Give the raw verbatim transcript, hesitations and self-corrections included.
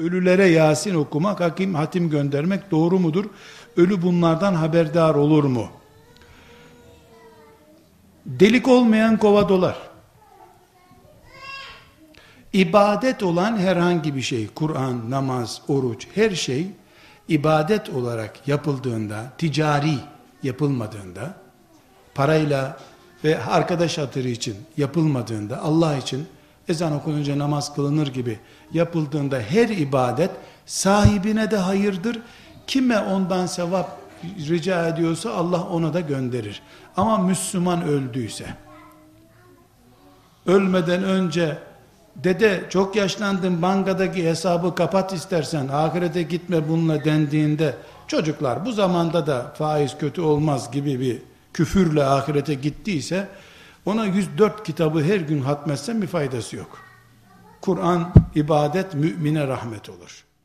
ölülere Yasin okumak, hakim hatim göndermek doğru mudur? Ölü bunlardan haberdar olur mu? Delik olmayan kova dolar. İbadet olan herhangi bir şey, Kur'an, namaz, oruç, her şey ibadet olarak yapıldığında, ticari yapılmadığında, parayla ve arkadaş hatırı için yapılmadığında, Allah için ezan okununca namaz kılınır gibi yapıldığında her ibadet sahibine de hayırdır. Kime ondan sevap rica ediyorsa Allah ona da gönderir. Ama Müslüman öldüyse, ölmeden önce dede çok yaşlandın, bankadaki hesabı kapat istersen, ahirete gitme bununla dendiğinde, çocuklar bu zamanda da faiz kötü olmaz gibi bir küfürle ahirete gittiyse, ona yüz dört kitabı her gün hatmetsen bir faydası yok. Kur'an, ibadet, mümine rahmet olur.